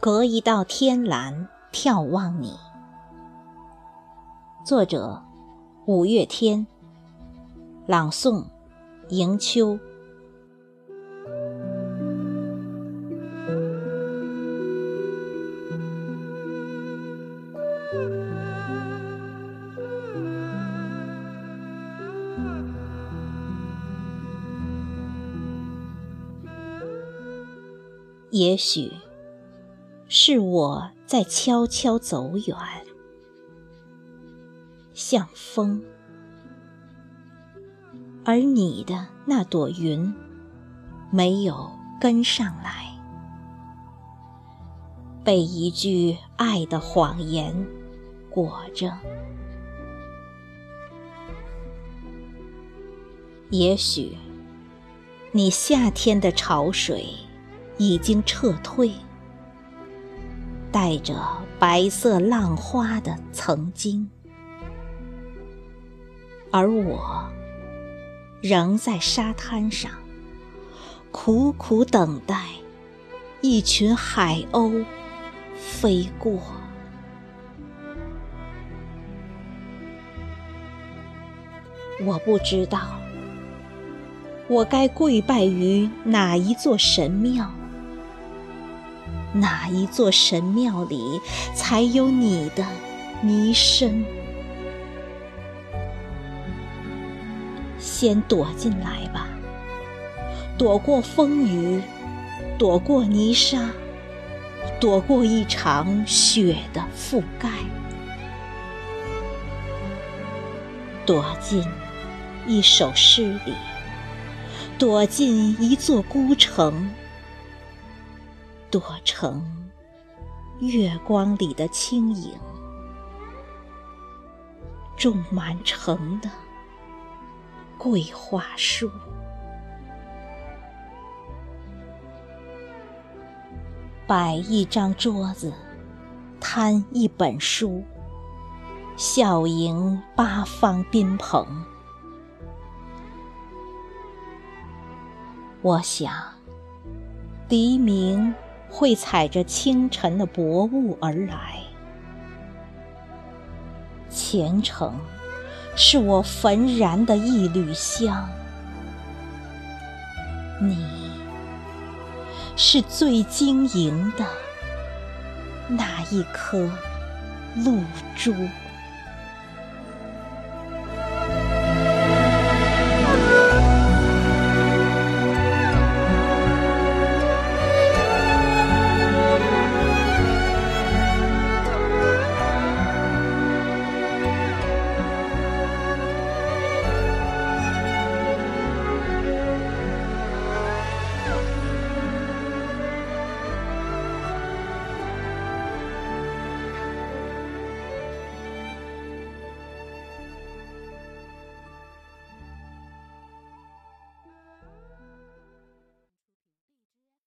隔一道天蓝眺望你。作者：五月天，朗诵：迎秋。也许是我在悄悄走远，像风，而你的那朵云没有跟上来，被一句爱的谎言裹着。也许你夏天的潮水已经撤退，带着白色浪花的曾经，而我仍在沙滩上苦苦等待一群海鸥飞过。我不知道我该跪拜于哪一座神庙，哪一座神庙里才有你的迷身？先躲进来吧，躲过风雨，躲过泥沙，躲过一场雪的覆盖，躲进一首诗里，躲进一座孤城，躲成月光里的轻影，种满城的桂花树。摆一张桌子，摊一本书，笑迎八方宾朋。我想黎明会踩着清晨的薄雾而来，前程是我焚燃的一缕香，你是最晶莹的那一颗露珠。